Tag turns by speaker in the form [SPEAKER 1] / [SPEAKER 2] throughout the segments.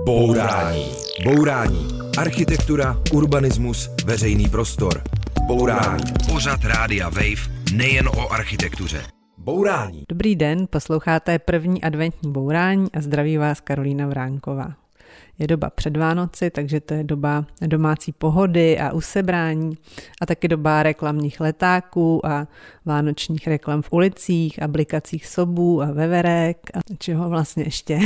[SPEAKER 1] Bourání. Bourání. Architektura, urbanismus, veřejný prostor. Bourání. Pořad Rádia Wave nejen o architektuře. Bourání.
[SPEAKER 2] Dobrý den, posloucháte první adventní bourání a zdraví vás Karolína Vránková. Je doba před Vánoci, takže to je doba domácí pohody a usebrání a taky doba reklamních letáků a vánočních reklam v ulicích a blikacích sobů a veverek a čeho vlastně ještě.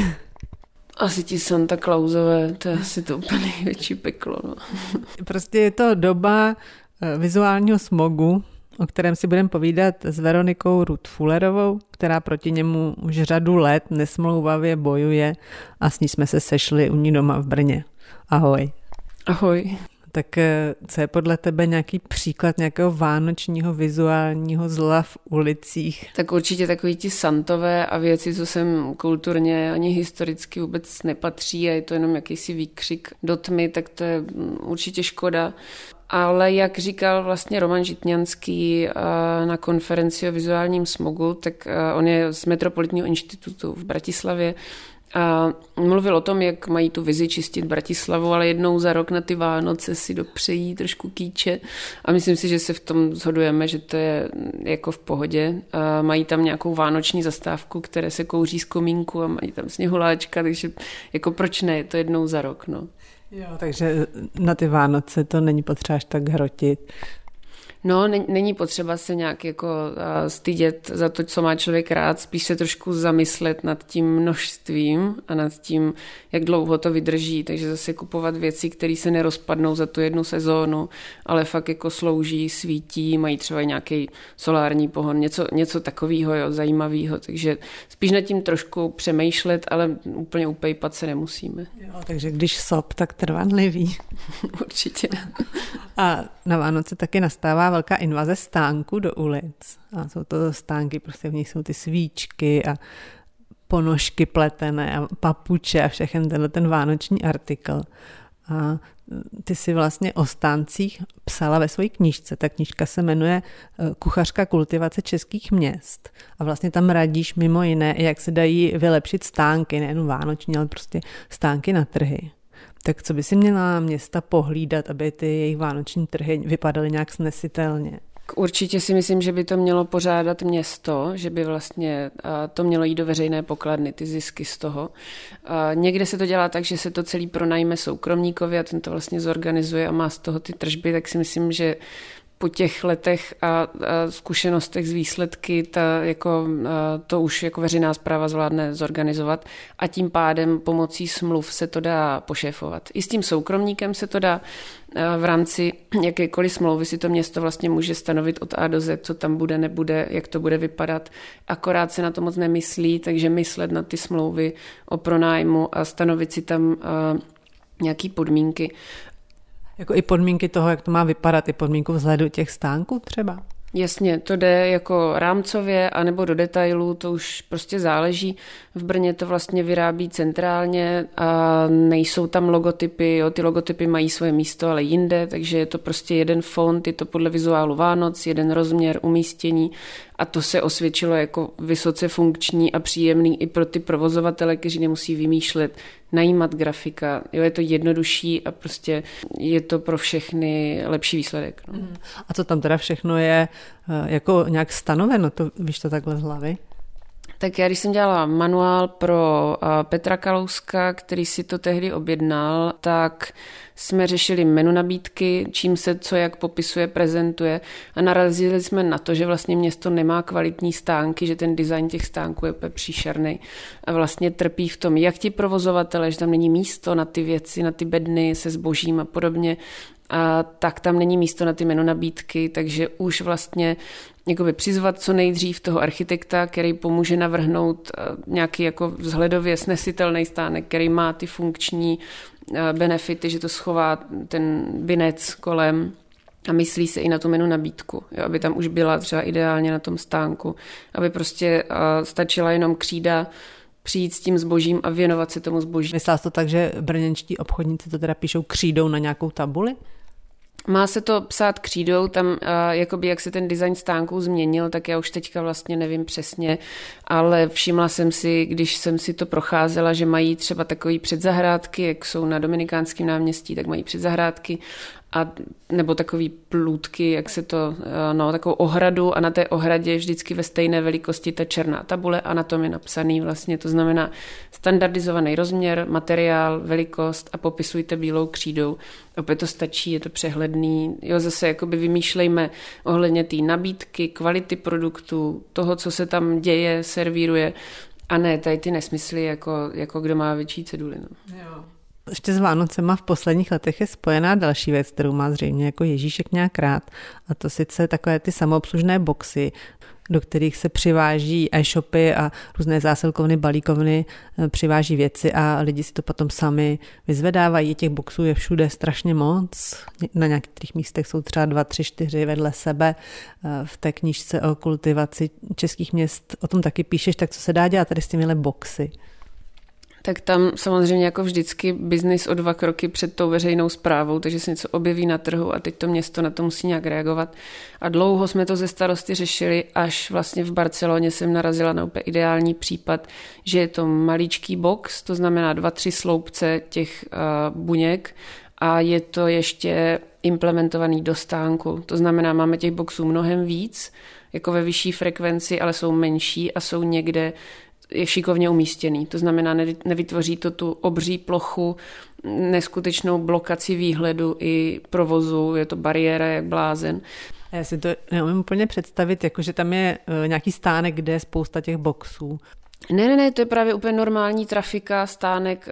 [SPEAKER 3] Asi ti Santa Clausové, to je asi to úplně největší peklo. No.
[SPEAKER 2] Prostě je to doba vizuálního smogu, o kterém si budeme povídat s Veronikou Rut-Fullerovou, která proti němu už řadu let nesmlouvavě bojuje a s ní jsme se sešli u ní doma v Brně. Ahoj.
[SPEAKER 3] Ahoj.
[SPEAKER 2] Tak co je podle tebe nějaký příklad nějakého vánočního vizuálního zla v ulicích?
[SPEAKER 3] Tak určitě takový ti santové a věci, co sem kulturně ani historicky vůbec nepatří a je to jenom jakýsi výkřik do tmy, tak to je určitě škoda. Ale jak říkal vlastně Roman Žitňanský na konferenci o vizuálním smogu, tak on je z Metropolitního institutu v Bratislavě a mluvil o tom, jak mají tu vizi čistit Bratislavu, ale jednou za rok na ty Vánoce si dopřejí trošku kýče a myslím si, že se v tom shodujeme, že to je jako v pohodě. A mají tam nějakou vánoční zastávku, které se kouří z komínku a mají tam sněhuláčka, takže jako proč ne, je to jednou za rok, no.
[SPEAKER 2] Jo, takže na ty Vánoce to není potřeba až tak hrotit.
[SPEAKER 3] No, není potřeba se nějak jako stydět za to, co má člověk rád, spíš se trošku zamyslet nad tím množstvím a nad tím, jak dlouho to vydrží, takže zase kupovat věci, které se nerozpadnou za tu jednu sezónu, ale fakt jako slouží, svítí, mají třeba nějaký solární pohon, něco takového, jo, zajímavého, takže spíš nad tím trošku přemýšlet, ale úplně upejpat se nemusíme.
[SPEAKER 2] Jo, takže když sob, tak trvanlivý.
[SPEAKER 3] Určitě.
[SPEAKER 2] A na Vánoce taky nastává velká invaze stánků do ulic. A jsou to stánky, prostě v nich jsou ty svíčky a ponožky pletené a papuče a všechen ten vánoční artikl. A ty si vlastně o stáncích psala ve své knížce. Ta knížka se jmenuje Kuchařka kultivace českých měst. A vlastně tam radíš mimo jiné, jak se dají vylepšit stánky, nejen vánoční, ale prostě stánky na trhy. Tak co by si měla města pohlídat, aby ty jejich vánoční trhy vypadaly nějak snesitelně?
[SPEAKER 3] Určitě si myslím, že by to mělo pořádat město, že by vlastně to mělo jít do veřejné pokladny, ty zisky z toho. Někde se to dělá tak, že se to celý pronajme soukromníkovi a ten to vlastně zorganizuje a má z toho ty tržby, tak si myslím, že po těch letech a zkušenostech z výsledky to už jako veřejná správa zvládne zorganizovat a tím pádem pomocí smluv se to dá pošéfovat. I s tím soukromníkem se to dá v rámci jakékoliv smlouvy si to město vlastně může stanovit od A do Z, co tam bude, nebude, jak to bude vypadat. Akorát se na to moc nemyslí, takže myslet na ty smlouvy o pronájmu a stanovit si tam nějaký podmínky.
[SPEAKER 2] Jako i podmínky toho, jak to má vypadat, i podmínku vzhledu těch stánků třeba?
[SPEAKER 3] Jasně, to jde jako rámcově anebo do detailů, to už prostě záleží. V Brně to vlastně vyrábí centrálně a nejsou tam logotypy, jo, ty logotypy mají svoje místo, ale jinde, takže je to prostě jeden font, je to podle vizuálu Vánoc, jeden rozměr, umístění a to se osvědčilo jako vysoce funkční a příjemný i pro ty provozovatele, kteří nemusí vymýšlet, najímat grafika, jo, je to jednodušší a prostě je to pro všechny lepší výsledek. No.
[SPEAKER 2] A co tam teda všechno je jako nějak stanoveno, to víš to takhle z hlavy?
[SPEAKER 3] Tak já, když jsem dělala manuál pro Petra Kalouska, který si to tehdy objednal, tak jsme řešili menu nabídky, čím se co jak popisuje, prezentuje a narazili jsme na to, že vlastně město nemá kvalitní stánky, že ten design těch stánků je úplně příšerný a vlastně trpí v tom, jak ti provozovatele, že tam není místo na ty věci, na ty bedny se zbožím a podobně, a tak tam není místo na ty menu nabídky, takže už vlastně jakoby přizvat co nejdřív toho architekta, který pomůže navrhnout nějaký jako vzhledově snesitelný stánek, který má ty funkční benefity, že to schová ten binec kolem a myslí se i na tu menu nabídku, jo, aby tam už byla třeba ideálně na tom stánku, aby prostě stačila jenom křída, přijít s tím zbožím a věnovat se tomu zboží.
[SPEAKER 2] Myslela jsi to tak, že brněnští obchodníci to teda píšou křídou na nějakou tabuli?
[SPEAKER 3] Má se to psát křídou, tam jakoby jak se ten design stánků změnil, tak já už teďka vlastně nevím přesně, ale všimla jsem si, když jsem si to procházela, že mají třeba takový předzahrádky, jak jsou na Dominikánském náměstí, tak mají předzahrádky nebo takový plůtky, jak se to, takovou ohradu a na té ohradě vždycky ve stejné velikosti ta černá tabule a na tom je napsaný vlastně, to znamená standardizovaný rozměr, materiál, velikost a popisujte bílou křídou. Opět to stačí, je to přehledný. Jo, zase jakoby vymýšlejme ohledně té nabídky, kvality produktů, toho, co se tam děje, servíruje a ne tady ty nesmysly, jako kdo má větší ceduly. No.
[SPEAKER 2] Jo. Ještě s Vánocema v posledních letech je spojená další věc, kterou má zřejmě jako Ježíšek nějak rád, a to sice takové ty samoobslužné boxy, do kterých se přiváží e-shopy a různé zásilkovny, balíkovny přiváží věci a lidi si to potom sami vyzvedávají. Těch boxů je všude strašně moc. Na některých místech jsou třeba 2, 3, 4 vedle sebe. V té knížce o kultivaci českých měst o tom taky píšeš, tak co se dá dělat tady s těmihle boxy?
[SPEAKER 3] Tak tam samozřejmě jako vždycky biznis o 2 kroky před tou veřejnou správou, takže se něco objeví na trhu a teď to město na to musí nějak reagovat. A dlouho jsme to ze starosty řešili, až vlastně v Barceloně jsem narazila na úplně ideální případ, že je to maličký box, to znamená 2-3 sloupce těch buněk a je to ještě implementovaný do stánku. To znamená, máme těch boxů mnohem víc, jako ve vyšší frekvenci, ale jsou menší a jsou někde je šikovně umístěný. To znamená, nevytvoří to tu obří plochu, neskutečnou blokaci výhledu i provozu, je to bariéra jak blázen.
[SPEAKER 2] Já si to neumím úplně představit, jakože tam je nějaký stánek, kde je spousta těch boxů.
[SPEAKER 3] Ne, to je právě úplně normální trafika, stánek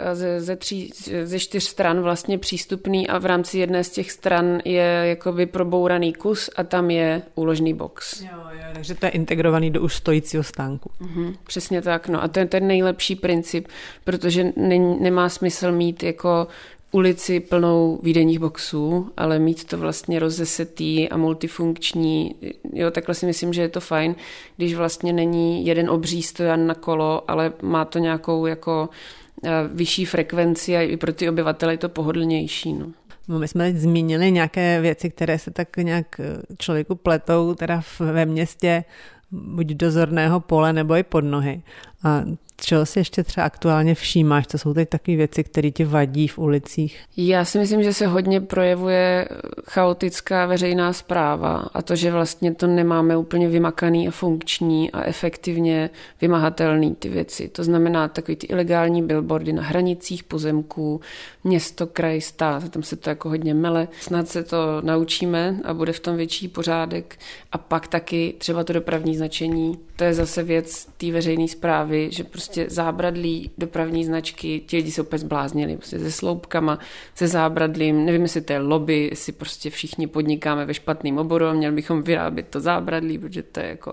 [SPEAKER 3] ze 4 stran vlastně přístupný a v rámci jedné z těch stran je jakoby probouraný kus a tam je úložný box.
[SPEAKER 2] Jo, takže to je integrovaný do už stojícího stánku.
[SPEAKER 3] Přesně tak, no a to je ten nejlepší princip, protože nemá smysl mít jako ulici plnou výdejních boxů, ale mít to vlastně rozesetý a multifunkční. Jo, takhle si myslím, že je to fajn, když vlastně není jeden obří stojan na kolo, ale má to nějakou jako vyšší frekvenci a i pro ty obyvatele je to pohodlnější. No.
[SPEAKER 2] My jsme teď zmínili nějaké věci, které se tak nějak člověku pletou teda ve městě, buď dozorného pole nebo i pod nohy. A čeho si ještě třeba aktuálně všímáš? To jsou teď takové věci, které ti vadí v ulicích?
[SPEAKER 3] Já si myslím, že se hodně projevuje chaotická veřejná správa a to, že vlastně to nemáme úplně vymakaný a funkční a efektivně vymahatelný ty věci. To znamená takový ty ilegální billboardy na hranicích pozemků, město, kraj, stát, tam se to jako hodně mele. Snad se to naučíme a bude v tom větší pořádek. A pak taky třeba to dopravní značení. To je zase věc té veřejné správy, že prostě zábradlí, dopravní značky, ti lidi se úplně zbláznili, prostě se sloupkama, se zábradlím, nevím, jestli to je lobby, jestli prostě všichni podnikáme ve špatným oboru a měli bychom vyrábět to zábradlí, protože to je jako,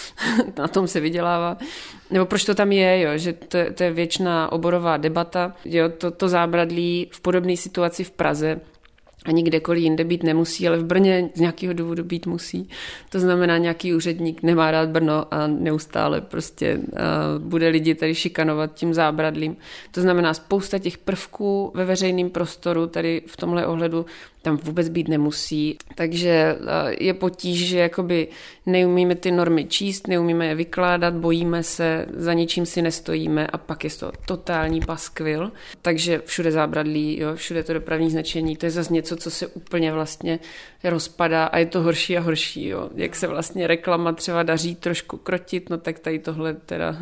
[SPEAKER 3] na tom se vydělává. Nebo proč to tam je, jo, že to je věčná oborová debata, jo, to zábradlí v podobné situaci v Praze ani kdekoliv jinde být nemusí, ale v Brně z nějakého důvodu být musí. To znamená, nějaký úředník nemá rád Brno a neustále prostě bude lidi tady šikanovat tím zábradlím. To znamená, spousta těch prvků ve veřejném prostoru tady v tomhle ohledu tam vůbec být nemusí. Takže je potíž, že jakoby neumíme ty normy číst, neumíme je vykládat, bojíme se, za ničím si nestojíme a pak je to totální paskvil. Takže všude zábradlí, jo, všude to dopravní značení, to je zase něco, co se úplně vlastně rozpadá a je to horší a horší. Jo. Jak se vlastně reklama třeba daří trošku krotit, no tak tady tohle teda...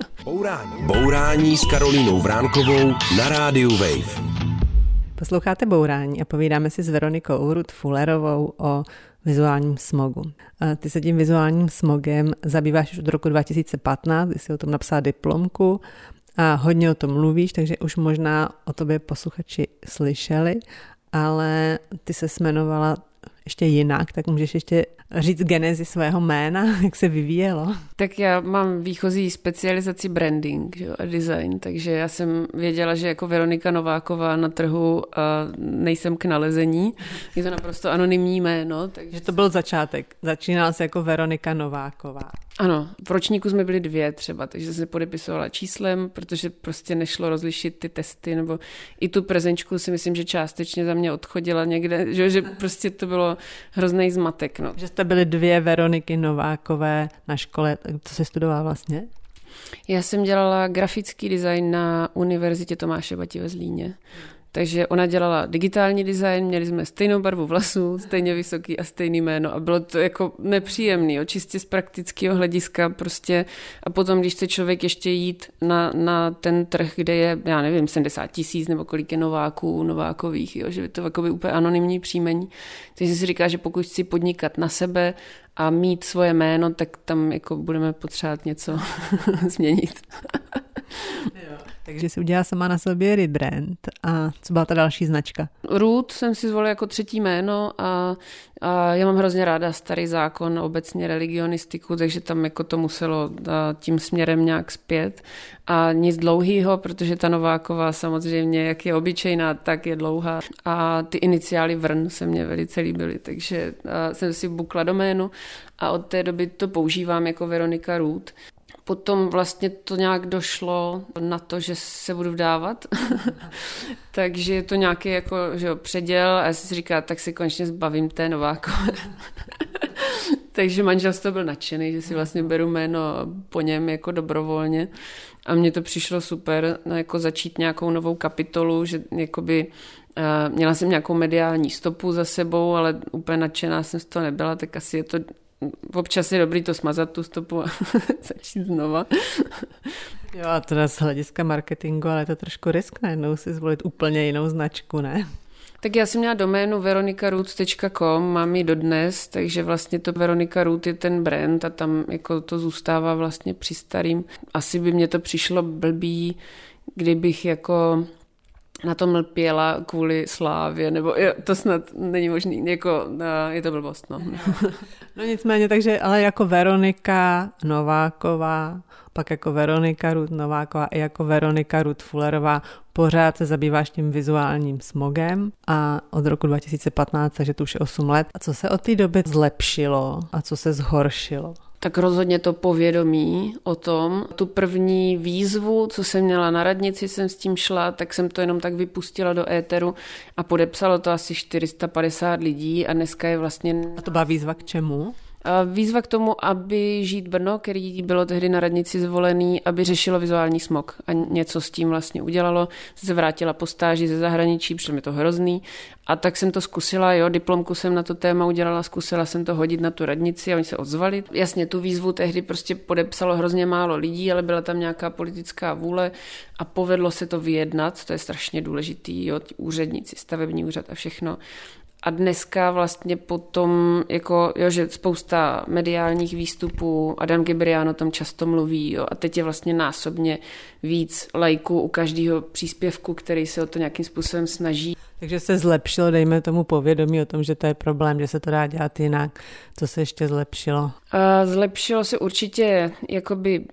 [SPEAKER 1] Bourání s Karolínou Vránkovou na rádiu Wave.
[SPEAKER 2] Posloucháte Bourání a povídáme si s Veronikou Rud-Fullerovou o vizuálním smogu. Ty se tím vizuálním smogem zabýváš už od roku 2015, kdy jsi o tom napsala diplomku a hodně o tom mluvíš, takže už možná o tobě posluchači slyšeli, ale ty se jmenovala ještě jinak, tak můžeš ještě říct genezi svého jména, jak se vyvíjelo?
[SPEAKER 3] Tak já mám výchozí specializaci branding, jo, a design, takže já jsem věděla, že jako Veronika Nováková na trhu nejsem k nalezení. Je to naprosto anonymní jméno. Takže
[SPEAKER 2] to byl začátek. Začínala se jako Veronika Nováková.
[SPEAKER 3] Ano, v ročníku jsme byli 2 třeba, takže jsem se podepisovala číslem, protože prostě nešlo rozlišit ty testy, nebo i tu prezenčku si myslím, že částečně za mě odchodila někde, že prostě to bylo hrozný zmatek. No.
[SPEAKER 2] Že jste byli 2 Veroniky Novákové na škole, co jsi studovala vlastně?
[SPEAKER 3] Já jsem dělala grafický design na Univerzitě Tomáše Bati ve Zlíně. Takže ona dělala digitální design, měli jsme stejnou barvu vlasů, stejně vysoký a stejný jméno a bylo to jako nepříjemný, jo, čistě z praktického hlediska prostě. A potom, když chce člověk ještě jít na ten trh, kde je, já nevím, 70 000 nebo kolik je Nováků, Novákových, jo, že je to jako úplně anonymní příjmení. Takže si říká, že pokud chci podnikat na sebe a mít svoje jméno, tak tam jako budeme potřebovat něco změnit.
[SPEAKER 2] Takže si udělala sama na sobě rebrand. A co byla ta další značka?
[SPEAKER 3] Root jsem si zvolila jako 3. jméno a já mám hrozně ráda starý zákon, obecně religionistiku, takže tam jako to muselo tím směrem nějak zpět. A nic dlouhýho, protože ta Nováková samozřejmě, jak je obyčejná, tak je dlouhá. A ty iniciály Vrn se mně velice líbily, takže jsem si bukla doménu a od té doby to používám jako Veronika Root. Potom vlastně to nějak došlo na to, že se budu vdávat. Takže je to nějaký jako, že jo, předěl a já si říká, tak si konečně zbavím té Novákové. Takže manželstvo byl nadšený, že si vlastně beru jméno po něm jako dobrovolně. A mně to přišlo super, jako začít nějakou novou kapitolu, že jakoby měla jsem nějakou mediální stopu za sebou, ale úplně nadšená jsem z toho nebyla, tak asi je to občas je dobrý to smazat tu stopu a začít znova.
[SPEAKER 2] Jo, a teda z hlediska marketingu, ale je to trošku risk, najednou si zvolit úplně jinou značku, ne?
[SPEAKER 3] Tak já jsem měla doménu veronikaroots.com, mám ji dodnes, takže vlastně to Veronika Root je ten brand a tam jako to zůstává vlastně při starým. Asi by mě to přišlo blbý, kdybych jako na tom lpěla kvůli slávě, nebo to snad není možný, jako je to blbost, no.
[SPEAKER 2] No nicméně, takže ale jako Veronika Nováková, pak jako Veronika Root Nováková i jako Veronika Root Fullerová pořád se zabýváš tím vizuálním smogem a od roku 2015, takže to už je 8 let. A co se od té doby zlepšilo a co se zhoršilo?
[SPEAKER 3] Tak rozhodně to povědomí o tom. Tu první výzvu, co jsem měla na radnici, jsem s tím šla, tak jsem to jenom tak vypustila do éteru a podepsalo to asi 450 lidí a dneska je vlastně...
[SPEAKER 2] A to byla výzva k čemu?
[SPEAKER 3] Výzva k tomu, aby Žít Brno, který bylo tehdy na radnici zvolený, aby řešilo vizuální smog a něco s tím vlastně udělalo. Se vrátila po stáži ze zahraničí, přišlo mi to hrozný. A tak jsem to zkusila, jo, diplomku jsem na to téma udělala, zkusila jsem to hodit na tu radnici a oni se ozvali. Jasně, tu výzvu tehdy prostě podepsalo hrozně málo lidí, ale byla tam nějaká politická vůle a povedlo se to vyjednat, to je strašně důležitý, jo, úředníci, stavební úřad a všechno. A dneska vlastně potom, jako, jo, že spousta mediálních výstupů, Adam Gebrián o tom často mluví, jo, a teď je vlastně násobně víc lajků u každého příspěvku, který se o to nějakým způsobem snaží.
[SPEAKER 2] Takže se zlepšilo, dejme tomu povědomí o tom, že to je problém, že se to dá dělat jinak. Co se ještě zlepšilo?
[SPEAKER 3] Zlepšilo se určitě jakoby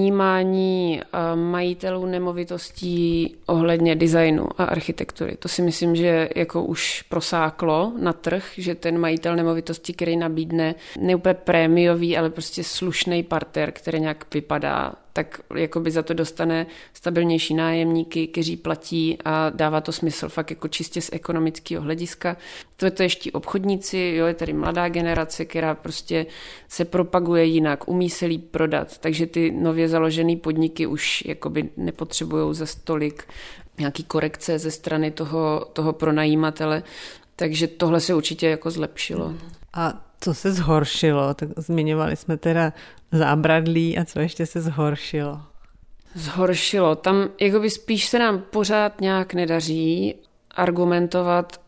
[SPEAKER 3] vnímání majitelů nemovitostí ohledně designu a architektury. To si myslím, že jako už prosáklo na trh, že ten majitel nemovitosti, který nabídne ne úplně prémiový, ale prostě slušný parter, který nějak vypadá, tak jakoby za to dostane stabilnější nájemníky, kteří platí a dává to smysl fakt jako čistě z ekonomického hlediska. To je to ještě obchodníci, jo, je tady mladá generace, která prostě se propaguje jinak, umí se líp prodat, takže ty nově založené podniky už jakoby nepotřebují za tolik nějaký korekce ze strany toho pronajímatele, takže tohle se určitě jako zlepšilo.
[SPEAKER 2] A co se zhoršilo? Tak zmiňovali jsme teda zábradlí a co ještě se zhoršilo?
[SPEAKER 3] Zhoršilo. Tam jakoby spíš se nám pořád nějak nedaří argumentovat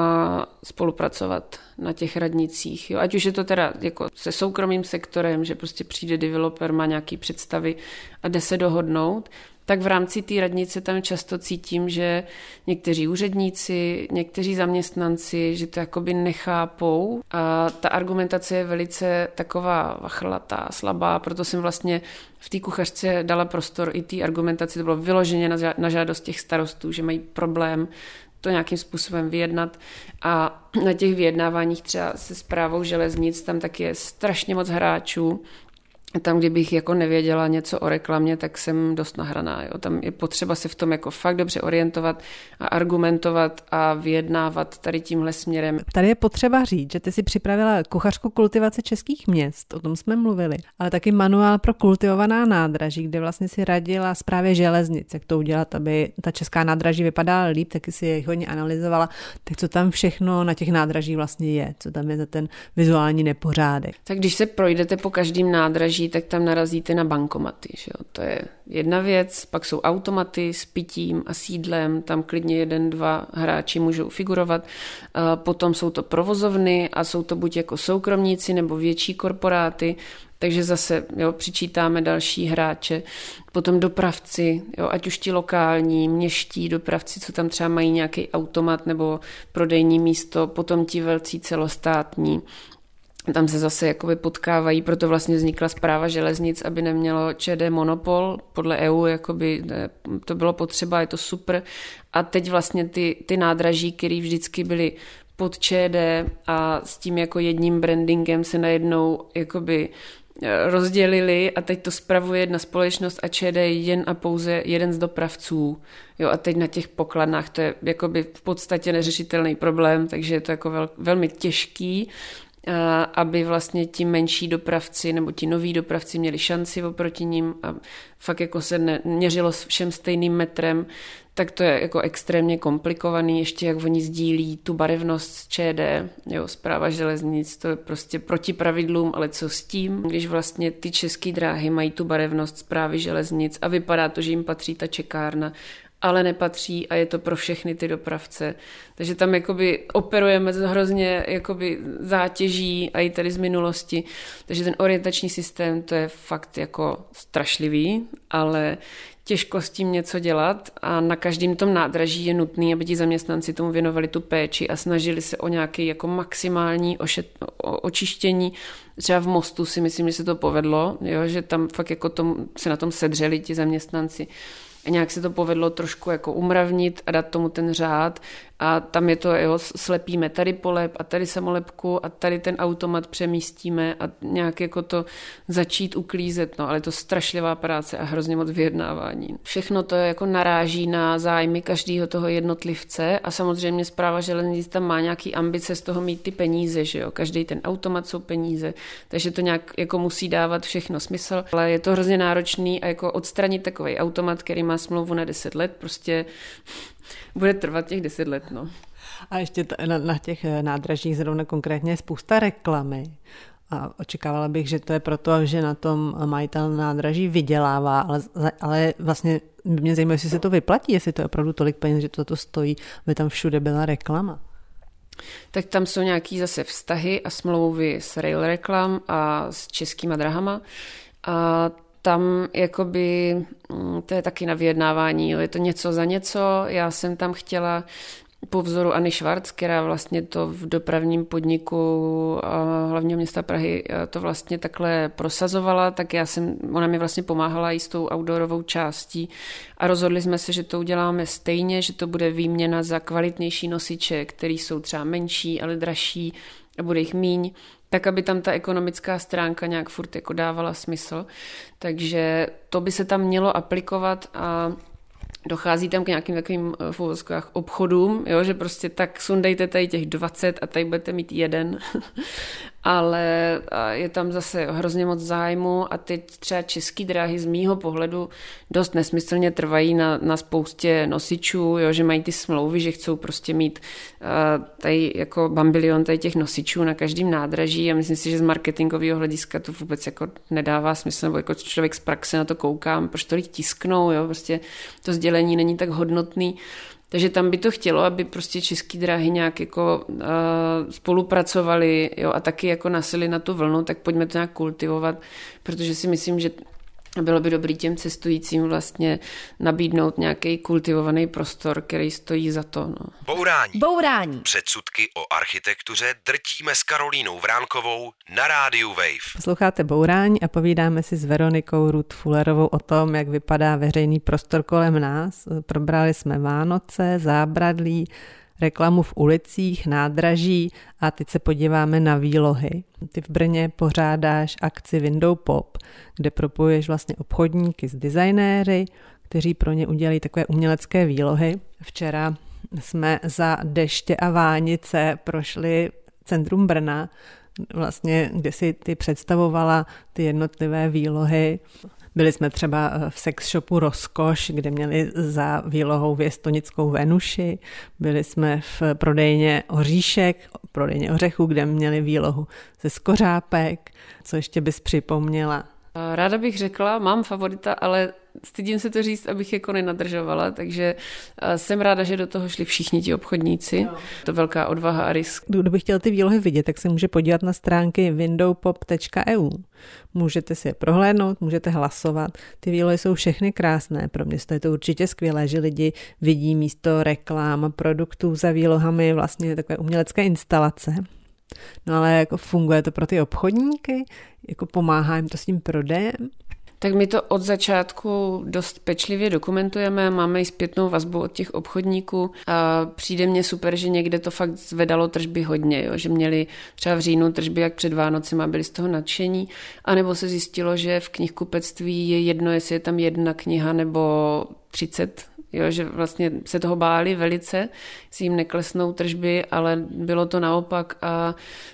[SPEAKER 3] a spolupracovat na těch radnicích. Jo? Ať už je to teda jako se soukromým sektorem, že prostě přijde developer, má nějaký představy a jde se dohodnout, tak v rámci té radnice tam často cítím, že někteří úředníci, někteří zaměstnanci, že to jakoby nechápou a ta argumentace je velice taková vachrlatá, slabá, proto jsem vlastně v té kuchařce dala prostor i té argumentaci, to bylo vyloženě na žádost těch starostů, že mají problém to nějakým způsobem vyjednat a na těch vyjednáváních třeba se správou železnic tam taky je strašně moc hráčů. Tam, kdybych jako nevěděla něco o reklamě, tak jsem dost nahraná. Jo. Tam je potřeba se v tom jako fakt dobře orientovat a argumentovat a vyjednávat tady tímhle směrem.
[SPEAKER 2] Tady je potřeba říct, že ty si připravila kuchařku kultivace českých měst, o tom jsme mluvili, ale taky manuál pro kultivovaná nádraží, kde vlastně si radila správě železnic, jak to udělat, aby ta česká nádraží vypadala líp, taky si je hodně analyzovala. Tak co tam všechno na těch nádražích vlastně je, co tam je za ten vizuální nepořádek.
[SPEAKER 3] Tak když se projdete po každém nádraží, tak tam narazíte na bankomaty. Že jo? To je jedna věc, pak jsou automaty s pitím a sídlem, tam klidně 1-2 hráči můžou figurovat. Potom jsou to provozovny a jsou to buď jako soukromníci nebo větší korporáty, takže zase přičítáme další hráče. Potom dopravci, ať už ti lokální, městští dopravci, co tam třeba mají nějaký automat nebo prodejní místo, potom ti velcí celostátní. Tam se zase jakoby potkávají, proto vlastně vznikla správa železnic, aby nemělo ČD monopol. Podle EU jakoby to bylo potřeba, je to super. A teď vlastně ty nádraží, které vždycky byly pod ČD a s tím jako jedním brandingem se najednou jakoby rozdělili a teď to spravuje jedna společnost a ČD je jen a pouze jeden z dopravců. Jo, a teď na těch pokladnách to je jakoby v podstatě neřešitelný problém, takže je to jako velmi těžký, aby vlastně ti menší dopravci nebo ti noví dopravci měli šanci oproti ním a fakt jako se neměřilo všem stejným metrem, tak to je jako extrémně komplikovaný, ještě jak oni sdílí tu barevnost z ČD, jo, správa železnic, to je prostě proti pravidlům, ale co s tím, když vlastně ty české dráhy mají tu barevnost správy železnic a vypadá to, že jim patří ta čekárna, ale nepatří a je to pro všechny ty dopravce. Takže tam jakoby operujeme hrozně jakoby zátěží a i tady z minulosti. Takže ten orientační systém, to je fakt jako strašlivý, ale těžko s tím něco dělat a na každém tom nádraží je nutný, aby ti zaměstnanci tomu věnovali tu péči a snažili se o nějaké jako maximální očištění. Třeba v Mostu si myslím, že se to povedlo, jo, že tam fakt jako se na tom sedřeli ti zaměstnanci. A nějak se to povedlo trošku jako umravnit a dát tomu ten řád a tam je to, slepíme tady polep a tady samolepku a tady ten automat přemístíme a nějak jako to začít uklízet, no, ale je to strašlivá práce a hrozně moc vyjednávání. Všechno to jako naráží na zájmy každého toho jednotlivce a samozřejmě správa železnic tam má nějaký ambice z toho mít ty peníze, že jo, každý ten automat jsou peníze, takže to nějak jako musí dávat všechno smysl, ale je to hrozně náročný a jako odstranit takovej automat, který má smlouvu na 10 let, prostě bude trvat těch 10 let, no.
[SPEAKER 2] A ještě na těch nádražích zrovna konkrétně je spousta reklamy. A očekávala bych, že to je proto, že na tom majitel nádraží vydělává, ale vlastně mě zajímá, jestli se to vyplatí, jestli to je opravdu tolik peněz, že to stojí, aby tam všude byla reklama.
[SPEAKER 3] Tak tam jsou nějaký zase vztahy a smlouvy s Rail Reklam a s Českýma drahama a tam jakoby, to je taky na vyjednávání, je to něco za něco, já jsem tam chtěla po vzoru Anny Schwarz, která vlastně to v dopravním podniku hlavního města Prahy to vlastně takhle prosazovala, tak ona mi vlastně pomáhala i s tou outdoorovou částí a rozhodli jsme se, že to uděláme stejně, že to bude výměna za kvalitnější nosiče, který jsou třeba menší, ale dražší a bude jich míň, tak aby tam ta ekonomická stránka nějak furt jako dávala smysl. Takže to by se tam mělo aplikovat a dochází tam k nějakým takovým v uvozovkách obchodům, jo, že prostě tak sundejte tady těch 20 a tady budete mít jeden, ale je tam zase hrozně moc zájmu a teď třeba Český dráhy z mýho pohledu dost nesmyslně trvají na spoustě nosičů, jo, že mají ty smlouvy, že chcou prostě mít tady jako bambilion tady těch nosičů na každém nádraží a myslím si, že z marketingového hlediska to vůbec jako nedává smysl, nebo jako člověk z praxe na to koukám, proč tolik tisknou, jo, prostě to sdělení není tak hodnotný. Takže tam by to chtělo, aby prostě Český dráhy nějak jako spolupracovali, jo, a taky jako nasili na tu vlnu, tak pojďme to nějak kultivovat, protože si myslím, že Bylo by dobrý těm cestujícím vlastně nabídnout nějaký kultivovaný prostor, který stojí za to. No.
[SPEAKER 1] Bourání. Předsudky o architektuře drtíme s Karolínou Vránkovou na rádiu Wave.
[SPEAKER 2] Posloucháte Bourání a povídáme si s Veronikou Ruth Fullerovou o tom, jak vypadá veřejný prostor kolem nás. Probrali jsme Vánoce, zábradlí, reklamu v ulicích, nádraží a teď se podíváme na výlohy. Ty v Brně pořádáš akci Window Pop, kde propojuješ vlastně obchodníky s designéry, kteří pro ně udělají takové umělecké výlohy. Včera jsme za deště a vánice prošli centrum Brna, vlastně, kde si ty představovala ty jednotlivé výlohy. Byli jsme třeba v sex shopu Rozkoš, kde měli za výlohou věstonickou Venuši. Byli jsme v prodejně prodejně ořechů, kde měli výlohu ze skořápek. Co ještě bys připomněla?
[SPEAKER 3] Ráda bych řekla, mám favorita, ale stydím se to říct, abych jako nenadržovala, takže jsem ráda, že do toho šli všichni ti obchodníci. No. To velká odvaha a risk.
[SPEAKER 2] Kdo by chtěl ty výlohy vidět, tak se může podívat na stránky windowpop.eu. Můžete si je prohlédnout, můžete hlasovat. Ty výlohy jsou všechny krásné. Pro město je to určitě skvělé, že lidi vidí místo reklám, produktů za výlohami, vlastně takové umělecké instalace. No ale jako funguje to pro ty obchodníky? Jako pomáhá jim to s tím prodejem?
[SPEAKER 3] Tak my to od začátku dost pečlivě dokumentujeme, máme i zpětnou vazbu od těch obchodníků a přijde mně super, že někde to fakt zvedalo tržby hodně, jo? Že měli třeba v říjnu tržby jak před Vánocem a byli z toho nadšení, anebo se zjistilo, že v knihkupectví je jedno, jestli je tam jedna kniha nebo 30, jo? Že vlastně se toho báli velice, si jim neklesnou tržby, ale bylo to naopak a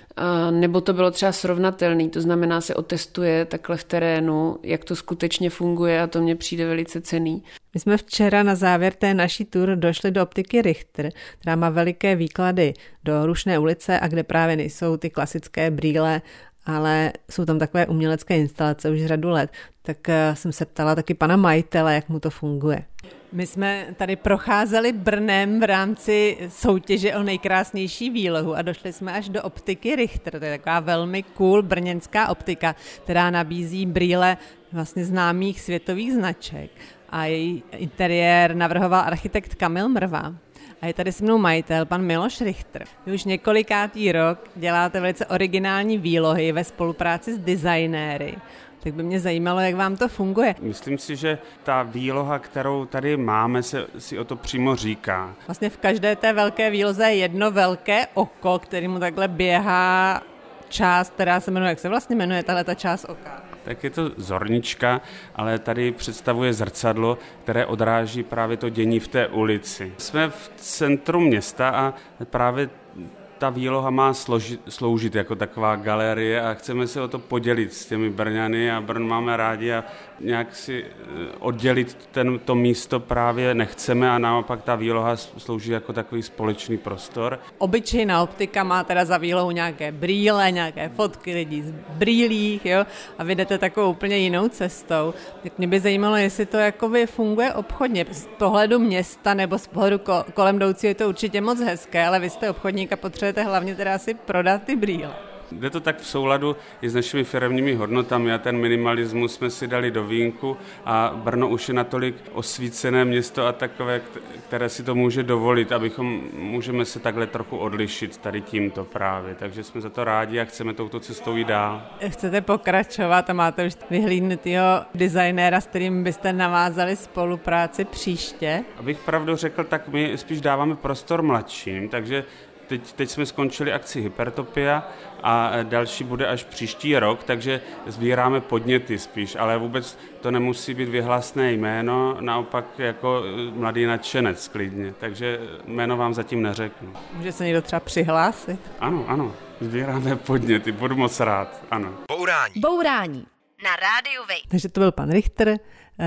[SPEAKER 3] nebo to bylo třeba srovnatelný, to znamená se otestuje takhle v terénu, jak to skutečně funguje a to mně přijde velice cenný.
[SPEAKER 2] My jsme včera na závěr té naší tour došli do optiky Richter, která má veliké výklady do Rušné ulice a kde právě nejsou ty klasické brýle, ale jsou tam takové umělecké instalace už řadu let. Tak jsem se ptala taky pana majitele, jak mu to funguje. My jsme tady procházeli Brnem v rámci soutěže o nejkrásnější výlohu a došli jsme až do optiky Richter. To je taková velmi cool brněnská optika, která nabízí brýle vlastně známých světových značek. A její interiér navrhoval architekt Kamil Mrva. A je tady se mnou majitel, pan Miloš Richter. Vy už několikátý rok děláte velice originální výlohy ve spolupráci s designéry. Tak by mě zajímalo, jak vám to funguje.
[SPEAKER 4] Myslím si, že ta výloha, kterou tady máme, si o to přímo říká.
[SPEAKER 2] Vlastně v každé té velké výloze je jedno velké oko, kterému takhle běhá část, která se jmenuje, jak se vlastně jmenuje tahleta část oka?
[SPEAKER 4] Tak je to zornička, ale tady představuje zrcadlo, které odráží právě to dění v té ulici. Jsme v centru města a právě ta výloha má sloužit jako taková galerie a chceme se o to podělit s těmi Brňany a Brno máme rádi a nějak si oddělit to místo právě nechceme a naopak ta výloha slouží jako takový společný prostor.
[SPEAKER 2] Obyčejná optika má teda za výlohu nějaké brýle, nějaké fotky lidí z brýlích, jo, a vy jdete takovou úplně jinou cestou. Tak mě by zajímalo, jestli to jakoby funguje obchodně. Z pohledu města nebo z pohledu kolem jdoucího je to určitě moc hezké, ale vy jste obchodník a potřebujete hlavně teda si prodat ty brýle.
[SPEAKER 4] Jde to tak v souladu i s našimi firemními hodnotami a ten minimalismus jsme si dali do vínku a Brno už je natolik osvícené město a takové, které si to může dovolit, můžeme se takhle trochu odlišit tady tímto právě. Takže jsme za to rádi a chceme touto cestou jít dál.
[SPEAKER 2] Chcete pokračovat a máte už vyhlídnutýho designéra, s kterým byste navázali spolupráci příště?
[SPEAKER 4] Abych pravdu řekl, tak my spíš dáváme prostor mladším, takže Teď jsme skončili akci Hypertopia a další bude až příští rok, takže sbíráme podněty spíš, ale vůbec to nemusí být vyhlasné jméno, naopak jako mladý nadšenec klidně, takže jméno vám zatím neřeknu.
[SPEAKER 2] Může se někdo třeba přihlásit?
[SPEAKER 4] Ano, sbíráme podněty, budu moc rád, ano.
[SPEAKER 1] Bourání. Na rádiu Wave.
[SPEAKER 2] Takže to byl pan Richter.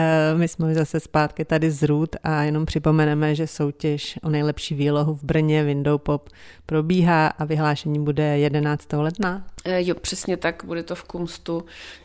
[SPEAKER 2] My jsme zase zpátky tady z Rud a jenom připomeneme, že soutěž o nejlepší výlohu v Brně Window Pop probíhá a vyhlášení bude 11. ledna.
[SPEAKER 3] Jo, přesně tak, bude to v Kunstu.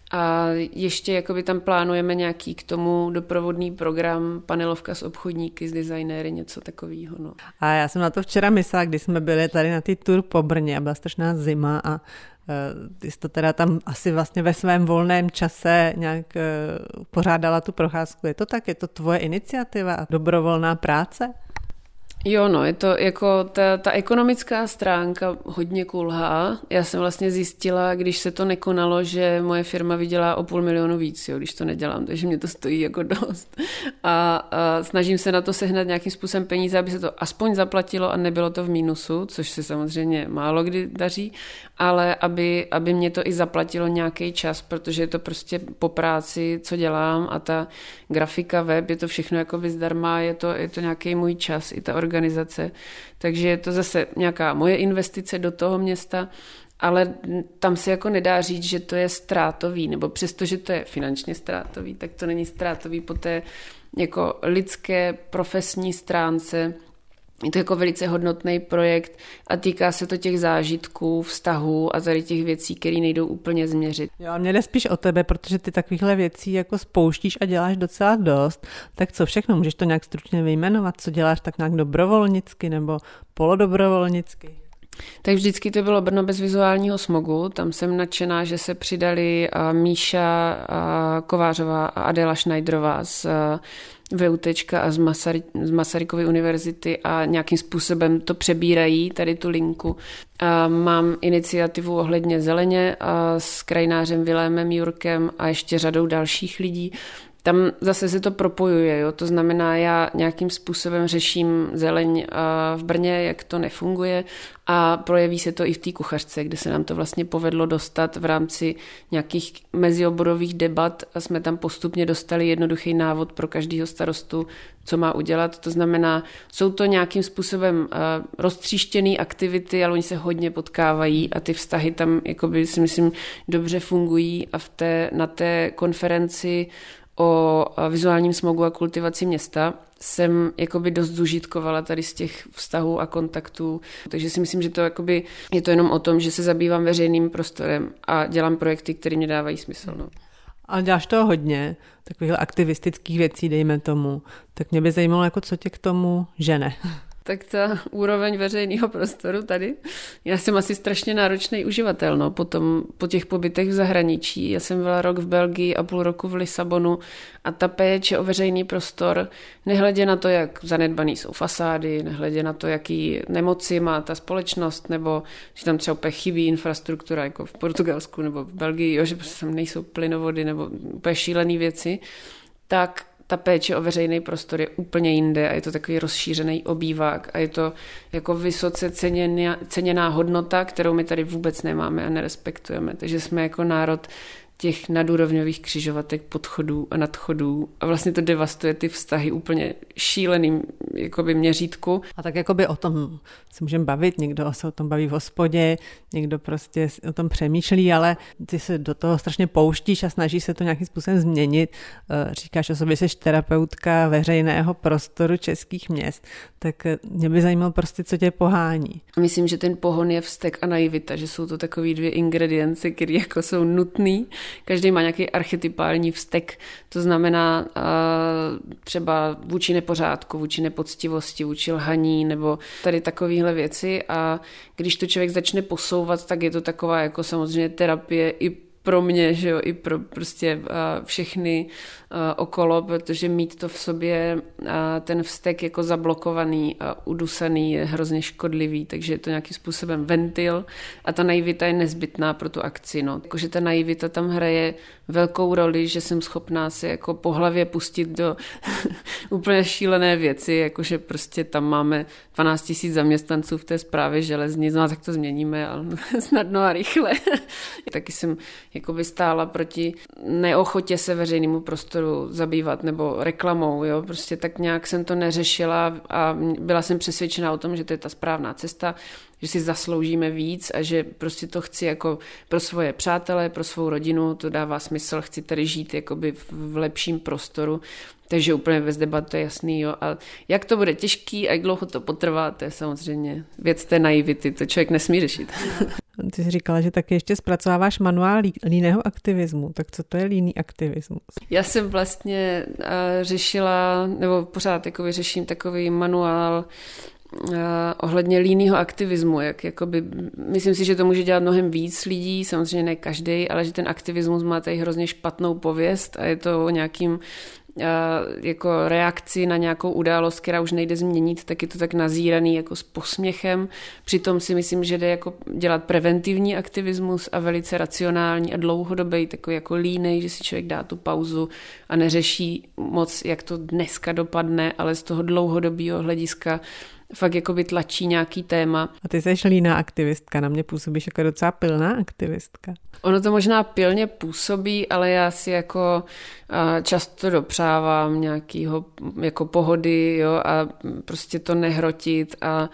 [SPEAKER 3] A ještě jakoby tam plánujeme nějaký k tomu doprovodný program, panelovka s obchodníky, s designéry, něco takového. No.
[SPEAKER 2] A já jsem na to včera myslela, když jsme byli tady na té tour po Brně a byla strašná zima a Ty jsi to teda tam asi vlastně ve svém volném čase nějak pořádala tu procházku. Je to tak? Je to tvoje iniciativa? Dobrovolná práce?
[SPEAKER 3] Jo, no, je to jako ta ekonomická stránka hodně kulhá. Já jsem vlastně zjistila, když se to nekonalo, že moje firma vydělá o 500 000 víc, jo, když to nedělám, takže mě to stojí jako dost. A snažím se na to sehnat nějakým způsobem peníze, aby se to aspoň zaplatilo a nebylo to v mínusu, což se samozřejmě málo kdy daří, ale aby mě to i zaplatilo nějaký čas, protože je to prostě po práci, co dělám, a ta grafika, web, je to všechno jako zdarma, je to nějaký můj čas, i ta organizace. Takže je to zase nějaká moje investice do toho města, ale tam se jako nedá říct, že to je ztrátový, nebo přesto, že to je finančně ztrátový, tak to není ztrátový po té jako lidské profesní stránce. Je to jako velice hodnotný projekt a týká se to těch zážitků, vztahů a tady těch věcí, které nejdou úplně změřit.
[SPEAKER 2] Jo, mě jde spíš o tebe, protože ty takovýchhle věcí jako spouštíš a děláš docela dost. Tak co všechno? Můžeš to nějak stručně vyjmenovat? Co děláš tak nějak dobrovolnicky nebo polodobrovolnicky?
[SPEAKER 3] Tak vždycky to bylo Brno bez vizuálního smogu. Tam jsem nadšená, že se přidali Míša Kovářová a Adéla Schneiderová z VUTčka a z Masarykovy univerzity a nějakým způsobem to přebírají, tady tu linku. A mám iniciativu ohledně zeleně a s krajinářem Vilémem Jurkem a ještě řadou dalších lidí. Tam zase se to propojuje, jo? To znamená, já nějakým způsobem řeším zeleň v Brně, jak to nefunguje, a projeví se to i v té kuchařce, kde se nám to vlastně povedlo dostat v rámci nějakých mezioborových debat a jsme tam postupně dostali jednoduchý návod pro každého starostu, co má udělat. To znamená, jsou to nějakým způsobem roztříštěné aktivity, ale oni se hodně potkávají a ty vztahy tam jakoby, si myslím, dobře fungují a na té konferenci o vizuálním smogu a kultivaci města jsem jakoby dost zužitkovala tady z těch vztahů a kontaktů. Takže si myslím, že to jakoby je to jenom o tom, že se zabývám veřejným prostorem a dělám projekty, které mě dávají smysl. No.
[SPEAKER 2] Ale děláš toho hodně, takovýchhle aktivistických věcí, dejme tomu. Tak mě by zajímalo, jako co tě k tomu žene.
[SPEAKER 3] Tak ta úroveň veřejného prostoru tady. Já jsem asi strašně náročný uživatel, no. Po těch pobytech v zahraničí. Já jsem byla rok v Belgii a půl roku v Lisabonu a ta péče o veřejný prostor, nehledě na to, jak zanedbaný jsou fasády, nehledě na to, jaký nemoci má ta společnost, nebo že tam třeba úplně chybí infrastruktura, jako v Portugalsku nebo v Belgii, jo, že prostě tam nejsou plynovody nebo úplně šílené věci, tak ta péče o veřejný prostor je úplně jinde a je to takový rozšířený obývák a je to jako vysoce ceněná hodnota, kterou my tady vůbec nemáme a nerespektujeme. Takže jsme jako národ těch nadúrovňových křižovatek, podchodů a nadchodů a vlastně to devastuje ty vztahy úplně šíleným jakoby měřítku.
[SPEAKER 2] A tak jakoby o tom se můžeme bavit, někdo se o tom baví v hospodě, někdo prostě o tom přemýšlí, ale ty se do toho strašně pouštíš a snažíš se to nějakým způsobem změnit. Říkáš o sobě, jsi terapeutka veřejného prostoru českých měst, tak mě by zajímalo prostě, co tě pohání.
[SPEAKER 3] Myslím, že ten pohon je vztek a naivita, že jsou to takový dvě ingredience, které jako jsou nutný. Každý má nějaký archetypální vztek, to znamená třeba vůči nepořádku, vůči nepoctivosti, vůči lhaní nebo tady takovéhle věci a když to člověk začne posouvat, tak je to taková jako samozřejmě terapie i pro mě, že jo, i pro prostě všechny okolo, protože mít to v sobě ten vztek jako zablokovaný a udusaný je hrozně škodlivý, takže je to nějakým způsobem ventil a ta naivita je nezbytná pro tu akci, no. Jakože ta naivita tam hraje velkou roli, že jsem schopná se jako po hlavě pustit do úplně šílené věci, jakože prostě tam máme 12 000 zaměstnanců v té správě železnic, no tak to změníme, ale snadno a rychle. Taky jsem jakoby stála proti neochotě se veřejnému prostoru zabývat nebo reklamou, jo, prostě tak nějak jsem to neřešila a byla jsem přesvědčená o tom, že to je ta správná cesta, že si zasloužíme víc a že prostě to chci jako pro svoje přátele, pro svou rodinu, to dává smysl, chci tady žít jakoby v lepším prostoru, takže úplně bez debat to je jasný, jo, a jak to bude těžký a jak dlouho to potrvá, to je samozřejmě věc té naivity, to člověk nesmí řešit.
[SPEAKER 2] Ty jsi říkala, že taky ještě zpracováváš manuál líného aktivismu, tak co to je líný aktivismus?
[SPEAKER 3] Já jsem vlastně řešila, nebo pořád řeším takový manuál ohledně línního aktivismu. Myslím si, že to může dělat mnohem víc lidí, samozřejmě ne každý, ale že ten aktivismus má tady hrozně špatnou pověst a je to nějakým jako reakci na nějakou událost, která už nejde změnit, tak je to tak nazíraný jako s posměchem. Přitom si myslím, že jde jako dělat preventivní aktivismus a velice racionální a dlouhodobý, takový jako línej, že si člověk dá tu pauzu a neřeší moc, jak to dneska dopadne, ale z toho dlouhodobého hlediska fakt jakoby tlačí nějaký téma.
[SPEAKER 2] A ty jsi líná aktivistka, na mě působíš jako docela pilná aktivistka.
[SPEAKER 3] Ono to možná pilně působí, ale já si jako často dopřávám nějakýho jako pohody, jo, a prostě to nehrotit a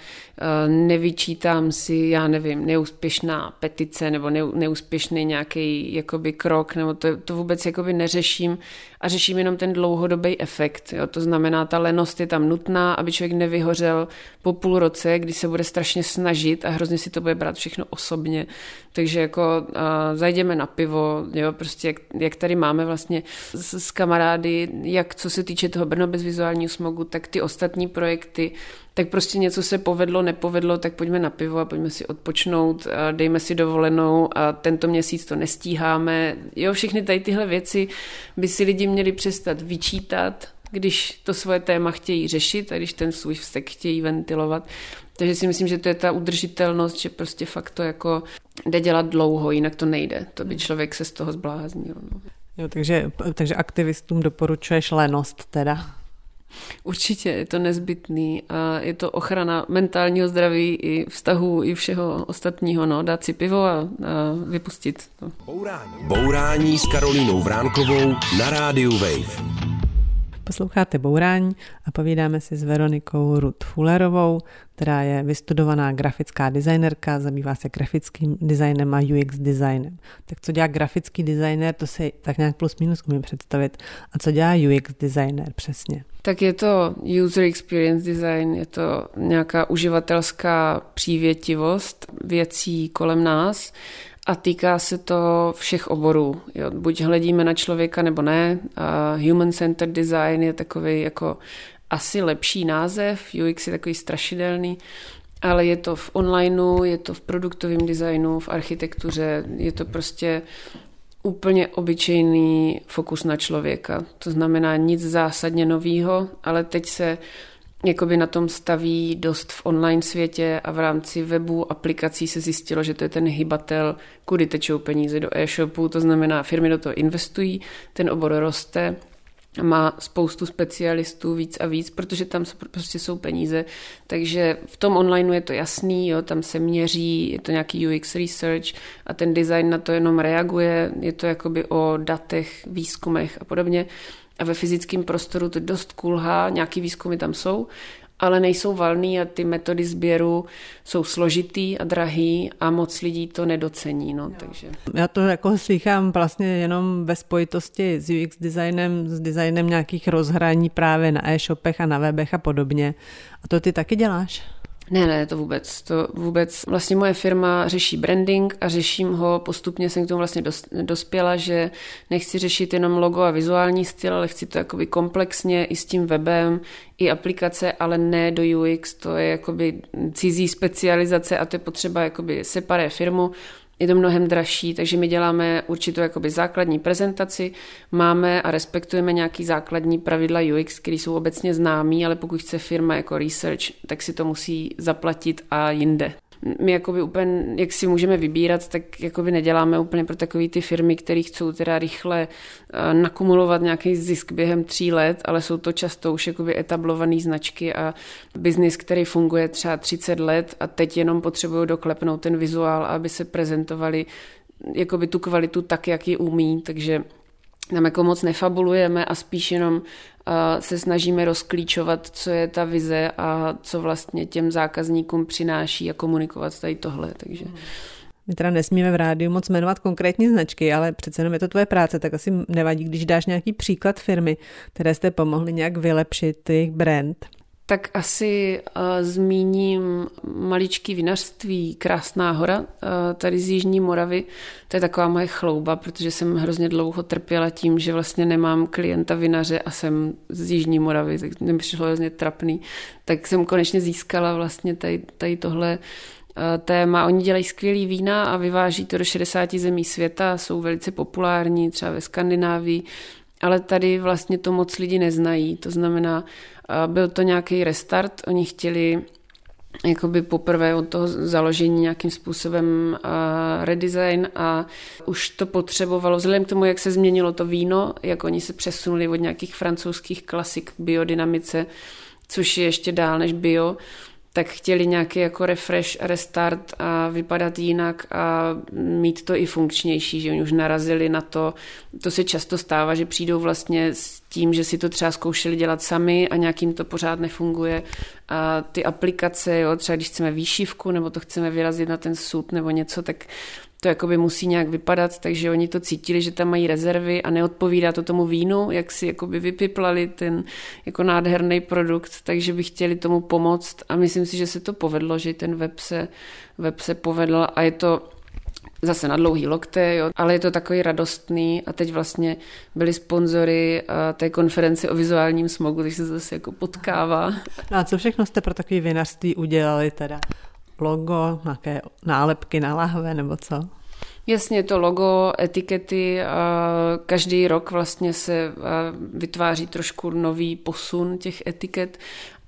[SPEAKER 3] nevyčítám si, já nevím, neúspěšná petice nebo neúspěšný nějaký jakoby krok, nebo to vůbec jakoby neřeším a řeším jenom ten dlouhodobý efekt. Jo. To znamená, ta lenost je tam nutná, aby člověk nevyhořel po půl roce, kdy se bude strašně snažit a hrozně si to bude brát všechno osobně. Takže jako zajdeme na pivo, jo, prostě jak tady máme vlastně s kamarády, jak co se týče toho Brno bez vizuálního smogu, tak ty ostatní projekty, tak prostě něco se povedlo, nepovedlo, tak pojďme na pivo a pojďme si odpočnout, a dejme si dovolenou a tento měsíc to nestíháme. Jo, všechny tady tyhle věci by si lidi měli přestat vyčítat, když to svoje téma chtějí řešit a když ten svůj vztek chtějí ventilovat. Takže si myslím, že to je ta udržitelnost, že prostě fakt to jako jde dělat dlouho, jinak to nejde. To by člověk se z toho zbláznil. No.
[SPEAKER 2] Jo, takže aktivistům doporučuješ lenost teda?
[SPEAKER 3] Určitě, je to nezbytný a je to ochrana mentálního zdraví i vztahů, i všeho ostatního. No, dát si pivo a vypustit to.
[SPEAKER 1] Bourání s Karolínou Vránkovou na rádiu Wave.
[SPEAKER 2] Posloucháte Bourání a povídáme si s Veronikou Ruth Fullerovou, která je vystudovaná grafická designerka, zabývá se grafickým designem a UX designem. Tak co dělá grafický designer, to si tak nějak plus minus umím představit. A co dělá UX designer přesně?
[SPEAKER 3] Tak je to user experience design, je to nějaká uživatelská přívětivost věcí kolem nás. A týká se to všech oborů. Jo, buď hledíme na člověka, nebo ne. Human-centered design je takový jako asi lepší název. UX je takový strašidelný. Ale je to v onlineu, je to v produktovém designu, v architektuře. Je to prostě úplně obyčejný fokus na člověka. To znamená nic zásadně novýho, ale teď se jakoby na tom staví dost v online světě a v rámci webu, aplikací se zjistilo, že to je ten hybatel, kudy tečou peníze do e-shopu, to znamená, firmy do toho investují, ten obor roste, má spoustu specialistů víc a víc, protože tam prostě jsou peníze, takže v tom onlineu je to jasný, jo, tam se měří, je to nějaký UX research a ten design na to jenom reaguje, je to jakoby o datech, výzkumech a podobně. A ve fyzickém prostoru to dost kulhá, nějaký výzkumy tam jsou, ale nejsou valný a ty metody sběru jsou složitý a drahý a moc lidí to nedocení. No, takže.
[SPEAKER 2] Já to jako slychám vlastně jenom ve spojitosti s UX designem, s designem nějakých rozhraní právě na e-shopech a na webech a podobně. A to ty taky děláš?
[SPEAKER 3] Ne, to vůbec. Vlastně moje firma řeší branding a řeším ho, postupně jsem k tomu vlastně dospěla, že nechci řešit jenom logo a vizuální styl, ale chci to jakoby komplexně i s tím webem, i aplikace, ale ne do UX, to je jakoby cizí specializace a to je potřeba jakoby separé firmu. Je to mnohem dražší, takže my děláme určitou jakoby základní prezentaci, máme a respektujeme nějaký základní pravidla UX, které jsou obecně známý, ale pokud chce firma jako research, tak si to musí zaplatit a jinde. My jakoby úplně, jak si můžeme vybírat, tak jakoby neděláme úplně pro takový ty firmy, které chcou teda rychle nakumulovat nějaký zisk během 3 let, ale jsou to často už jakoby etablované značky a biznis, který funguje třeba 30 let a teď jenom potřebují doklepnout ten vizuál, aby se prezentovali jakoby tu kvalitu tak, jak ji umí, takže tam jako moc nefabulujeme a spíš jenom se snažíme rozklíčovat, co je ta vize a co vlastně těm zákazníkům přináší a komunikovat tady tohle. Takže.
[SPEAKER 2] My teda nesmíme v rádiu moc jmenovat konkrétní značky, ale přece jenom je to tvoje práce, tak asi nevadí, když dáš nějaký příklad firmy, které jste pomohli nějak vylepšit jejich brand.
[SPEAKER 3] Tak asi zmíním maličký vinařství Krásná hora, tady z Jižní Moravy. To je taková moje chlouba, protože jsem hrozně dlouho trpěla tím, že vlastně nemám klienta vinaře a jsem z Jižní Moravy, tak mi přišlo hrozně trapný. Tak jsem konečně získala vlastně tady tohle téma. Oni dělají skvělý vína a vyváží to do 60 zemí světa, jsou velice populární, třeba ve Skandinávii, ale tady vlastně to moc lidi neznají. To znamená, byl to nějaký restart, oni chtěli jakoby poprvé od toho založení nějakým způsobem redesign a už to potřebovalo, vzhledem k tomu, jak se změnilo to víno, jak oni se přesunuli od nějakých francouzských klasik k biodynamice, což je ještě dál než bio, tak chtěli nějaký jako refresh, restart a vypadat jinak a mít to i funkčnější, že oni už narazili na to se často stává, že přijdou vlastně s tím, že si to třeba zkoušeli dělat sami a nějakým to pořád nefunguje. A ty aplikace, jo, třeba když chceme výšivku nebo to chceme vyrazit na ten sud nebo něco, tak to jakoby musí nějak vypadat, takže oni to cítili, že tam mají rezervy a neodpovídá to tomu vínu, jak si jakoby vypiplali ten jako nádherný produkt, takže by chtěli tomu pomoct a myslím si, že se to povedlo, že ten web se povedl a je to zase na dlouhý lokte, jo, ale je to takový radostný a teď vlastně byli sponzory té konference o vizuálním smogu, takže se to zase jako potkává.
[SPEAKER 2] No a co všechno jste pro takové vinařství udělali teda? Logo, nějaké nálepky na lahve nebo co?
[SPEAKER 3] Jasně, to logo, etikety, každý rok vlastně se vytváří trošku nový posun těch etiket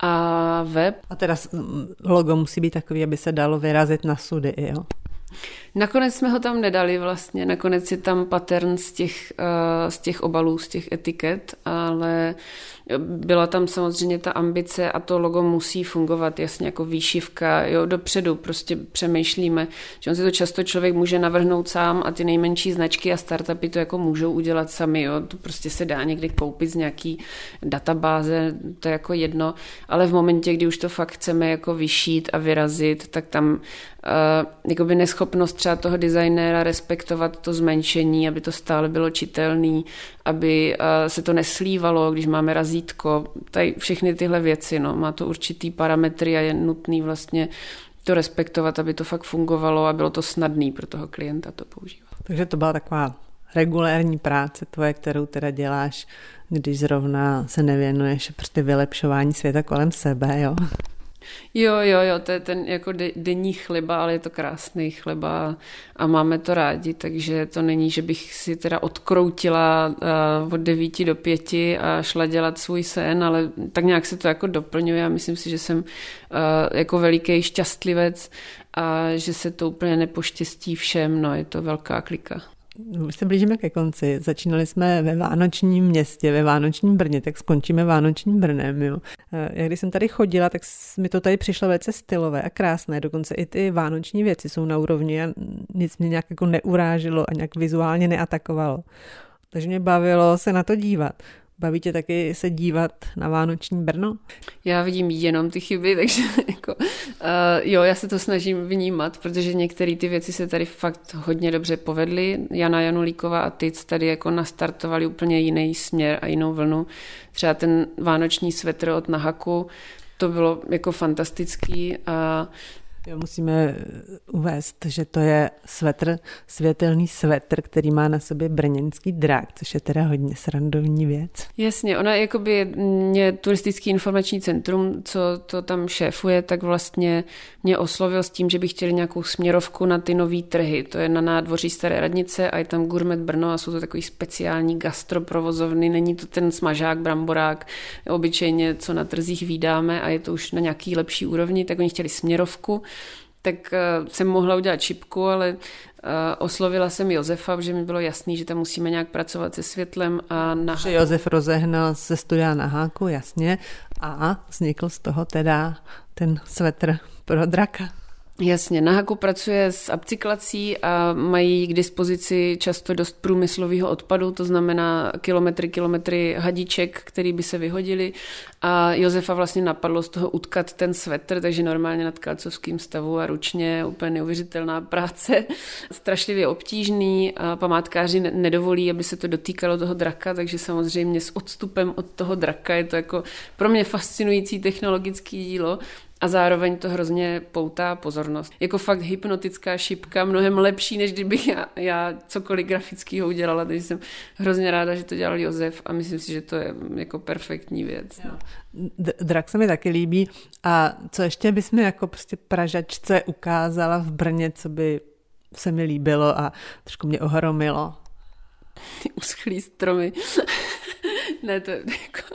[SPEAKER 3] a web.
[SPEAKER 2] A teda logo musí být takový, aby se dalo vyrazit na sudy, jo?
[SPEAKER 3] Nakonec jsme ho tam nedali vlastně, nakonec je tam pattern z těch obalů, z těch etiket, ale byla tam samozřejmě ta ambice a to logo musí fungovat jasně jako výšivka, jo, dopředu prostě přemýšlíme, že on si to často člověk může navrhnout sám a ty nejmenší značky a startupy to jako můžou udělat sami, jo, to prostě se dá někdy koupit z nějaký databáze, to je jako jedno, ale v momentě, kdy už to fakt chceme jako vyšít a vyrazit, tak tam jakoby neschopnost třeba toho designéra respektovat to zmenšení, aby to stále bylo čitelný, aby se to neslívalo, když máme razítko, tady všechny tyhle věci, no, má to určitý parametry a je nutný vlastně to respektovat, aby to fakt fungovalo a bylo to snadný pro toho klienta to používat.
[SPEAKER 2] Takže to byla taková regulérní práce tvoje, kterou teda děláš, když zrovna se nevěnuješ prostě vylepšování světa kolem sebe, jo?
[SPEAKER 3] Jo, to je ten jako denní chleba, ale je to krásný chleba a máme to rádi, takže to není, že bych si teda odkroutila od 9 do 5 a šla dělat svůj sen, ale tak nějak se to jako doplňuje a myslím si, že jsem jako veliký šťastlivec a že se to úplně nepoštěstí všem, no je to velká klika.
[SPEAKER 2] Už se blížíme ke konci. Začínali jsme ve Vánočním městě, ve Vánočním Brně, tak skončíme Vánočním Brnem. Jo. Já když jsem tady chodila, tak mi to tady přišlo velice stylové a krásné. Dokonce i ty vánoční věci jsou na úrovni a nic mě nějak jako neurážilo a nějak vizuálně neatakovalo. Takže mě bavilo se na to dívat. Baví tě taky se dívat na Vánoční Brno?
[SPEAKER 3] Já vidím jenom ty chyby, takže jako, jo, já se to snažím vnímat, protože některé ty věci se tady fakt hodně dobře povedly. Jana Janulíková a Tic tady jako nastartovali úplně jiný směr a jinou vlnu. Třeba ten vánoční svetr od Nahaku, to bylo jako fantastický a
[SPEAKER 2] Jo, musíme uvést, že to je světelný svetr, který má na sobě brněnský drak, což je teda hodně srandovní věc.
[SPEAKER 3] Jasně, ona jakoby mě turistický informační centrum, co to tam šéfuje, tak vlastně mě oslovil s tím, že by chtěli nějakou směrovku na ty nový trhy. To je na nádvoří Staré radnice a je tam Gourmet Brno a jsou to takový speciální gastroprovozovny, není to ten smažák, bramborák, obyčejně, co na trzích vídáme a je to už na nějaký lepší úrovni, tak oni chtěli směrovku. Tak jsem mohla udělat čipku, ale oslovila jsem Josefa, že mi bylo jasný, že tam musíme nějak pracovat se světlem.
[SPEAKER 2] Že Josef rozehnal ze studia na Háku, jasně, a vznikl z toho teda ten svetr pro draka.
[SPEAKER 3] Jasně, na Haku pracuje s upcyklací a mají k dispozici často dost průmyslového odpadu, to znamená kilometry hadiček, který by se vyhodily a Josefa vlastně napadlo z toho utkat ten svetr, takže normálně na tkalcovským stavu a ručně, úplně neuvěřitelná práce, strašlivě obtížný a památkáři nedovolí, aby se to dotýkalo toho draka, takže samozřejmě s odstupem od toho draka je to jako pro mě fascinující technologické dílo. A zároveň to hrozně poutá pozornost. Jako fakt hypnotická šipka, mnohem lepší, než kdybych já cokoliv grafického udělala, takže jsem hrozně ráda, že to dělal Josef a myslím si, že to je jako perfektní věc. No.
[SPEAKER 2] Drak se mi taky líbí. A co ještě bys mi jako prostě Pražačce ukázala v Brně, co by se mi líbilo a trošku mě ohromilo?
[SPEAKER 3] Uschlý stromy. Ne, to je jako...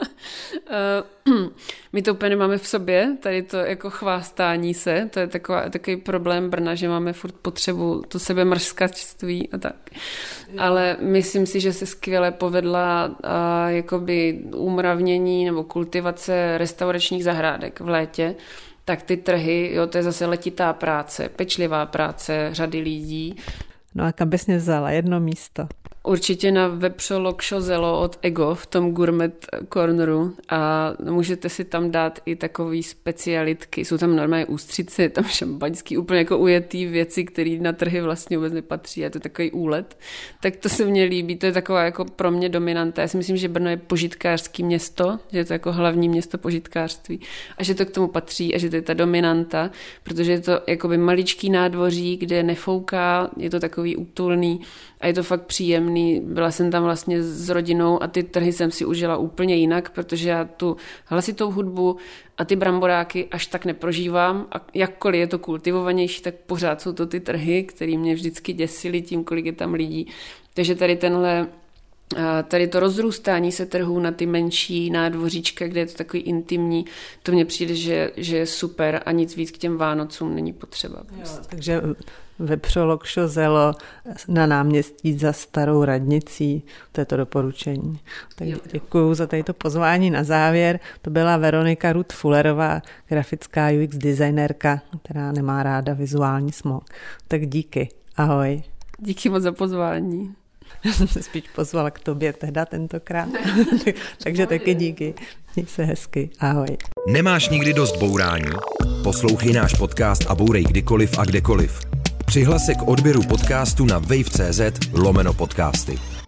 [SPEAKER 3] my to úplně nemáme v sobě, tady to jako chvástání se, to je takový problém Brna, že máme furt potřebu to sebemrskačství a tak. Ale myslím si, že se skvěle povedla jakoby úmravnění nebo kultivace restauračních zahrádek v létě, tak ty trhy, jo, to je zase letitá práce, pečlivá práce řady lidí.
[SPEAKER 2] No a kam bys mě vzala? Jedno místo.
[SPEAKER 3] Určitě na Vepřo Lokšo Zelo od Ego v tom gourmet corneru a můžete si tam dát i takový specialitky. Jsou tam normálně ústřice, tam šampaňský, úplně jako ujetý věci, které na trhy vlastně vůbec nepatří. Je to takový úlet. Tak to se mně líbí, to je taková jako pro mě dominanta. Já si myslím, že Brno je požitkářský město, že je to jako hlavní město požitkářství a že to k tomu patří a že to je ta dominanta, protože je to jakoby maličký nádvoří, kde nefouká, je to takový útulný a je to fakt příjemný. Byla jsem tam vlastně s rodinou a ty trhy jsem si užila úplně jinak, protože já tu hlasitou hudbu a ty bramboráky až tak neprožívám a jakkoliv je to kultivovanější, tak pořád jsou to ty trhy, které mě vždycky děsily tím, kolik je tam lidí. Takže tady to rozrůstání se trhů na ty menší nádvoříčka, kde je to takový intimní, to mně přijde, že je super a nic víc k těm Vánocům není potřeba.
[SPEAKER 2] Jo, takže Vepřo Lokšo Zelo na náměstí za Starou radnicí, to je to doporučení. Tak děkuju za tady to pozvání na závěr. To byla Veronika Ruth Fullerová, grafická UX designérka, která nemá ráda vizuální smog. Tak díky, ahoj.
[SPEAKER 3] Díky moc za pozvání.
[SPEAKER 2] Já jsem se spíš pozvala k tobě teda tentokrát. Takže taky díky. Měj se hezky. Ahoj.
[SPEAKER 1] Nemáš nikdy dost bourání? Poslouchej náš podcast a bourej kdykoliv a kdekoliv. Přihlas se k odběru podcastu na wave.cz/podcasty.